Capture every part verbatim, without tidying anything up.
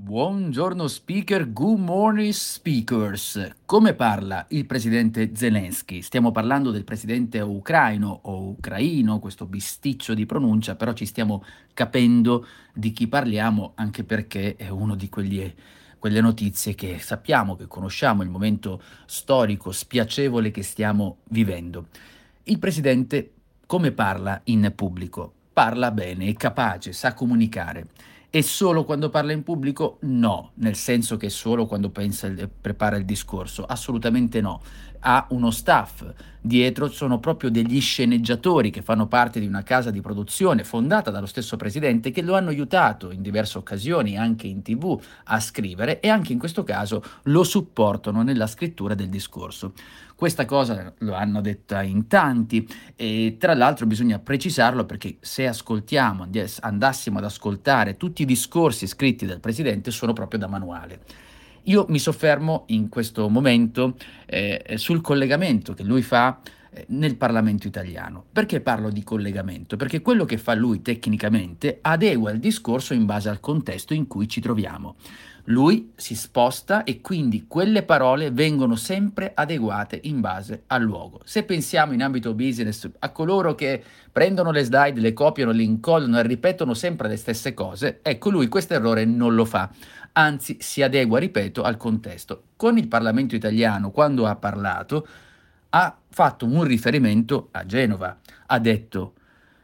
Buongiorno speaker, good morning speakers. Come parla il presidente Zelensky? Stiamo parlando del presidente ucraino o ucraino, questo bisticcio di pronuncia, però ci stiamo capendo di chi parliamo, anche perché è uno di quegli, quelle notizie che sappiamo, che conosciamo, il momento storico spiacevole che stiamo vivendo. Il presidente come parla in pubblico? Parla bene, è capace, sa comunicare. E solo quando parla in pubblico? No, nel senso che solo quando pensa il prepara il discorso, assolutamente no. Ha uno staff dietro, sono proprio degli sceneggiatori che fanno parte di una casa di produzione fondata dallo stesso presidente che lo hanno aiutato in diverse occasioni, anche in tivù, a scrivere e anche in questo caso lo supportano nella scrittura del discorso. Questa cosa lo hanno detta in tanti e tra l'altro bisogna precisarlo perché se ascoltiamo, andassimo ad ascoltare tutti i discorsi scritti dal presidente sono proprio da manuale. Io mi soffermo in questo momento eh, sul collegamento che lui fa eh, nel Parlamento italiano. Perché parlo di collegamento? Perché quello che fa lui tecnicamente adegua il discorso in base al contesto in cui ci troviamo. Lui si sposta e quindi quelle parole vengono sempre adeguate in base al luogo. Se pensiamo in ambito business a coloro che prendono le slide, le copiano, le incollano e ripetono sempre le stesse cose, ecco lui questo errore non lo fa, anzi si adegua, ripeto, al contesto. Con il Parlamento italiano, quando ha parlato, ha fatto un riferimento a Genova, ha detto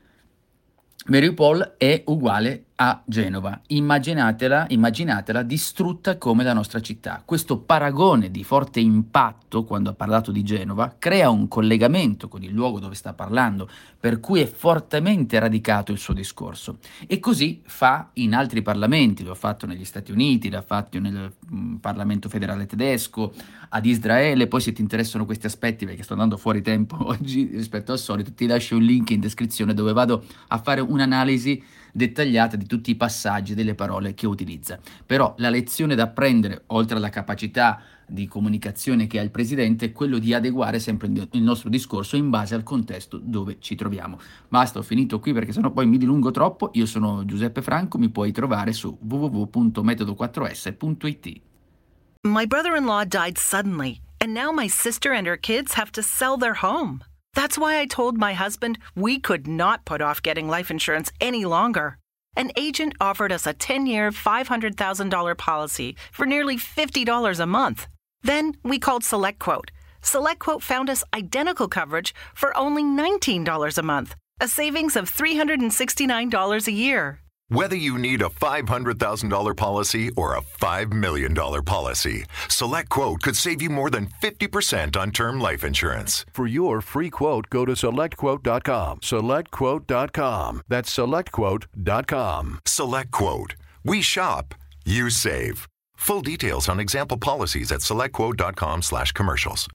Mariupol è uguale a Genova, immaginatela, immaginatela distrutta come la nostra città. Questo paragone di forte impatto, quando ha parlato di Genova, crea un collegamento con il luogo dove sta parlando, per cui è fortemente radicato il suo discorso. E così fa in altri parlamenti, lo ha fatto negli Stati Uniti, l'ha fatto nel mh, Parlamento federale tedesco, ad Israele. Poi se ti interessano questi aspetti, perché sto andando fuori tempo oggi rispetto al solito, ti lascio un link in descrizione dove vado a fare un'analisi dettagliata di tutti i passaggi delle parole che utilizza. Però la lezione da apprendere, oltre alla capacità di comunicazione che ha il presidente, è quello di adeguare sempre il nostro discorso in base al contesto dove ci troviamo. Basta, ho finito qui perché sennò poi mi dilungo troppo. Io sono Giuseppe Franco, mi puoi trovare su w w w punto metodo quattro s punto i t. My brother-in-law died suddenly, and now my sister and her kids have to sell their home. That's why I told my husband we could not put off getting life insurance any longer. An agent offered us a ten-year, five hundred thousand dollars policy for nearly fifty dollars a month. Then we called SelectQuote. SelectQuote found us identical coverage for only nineteen dollars a month, a savings of three hundred sixty-nine dollars a year. Whether you need a five hundred thousand dollars policy or a five million dollars policy, SelectQuote could save you more than fifty percent on term life insurance. For your free quote, go to select quote dot com. select quote dot com. That's select quote dot com. SelectQuote. We shop, you save. Full details on example policies at select quote dot com slash commercials.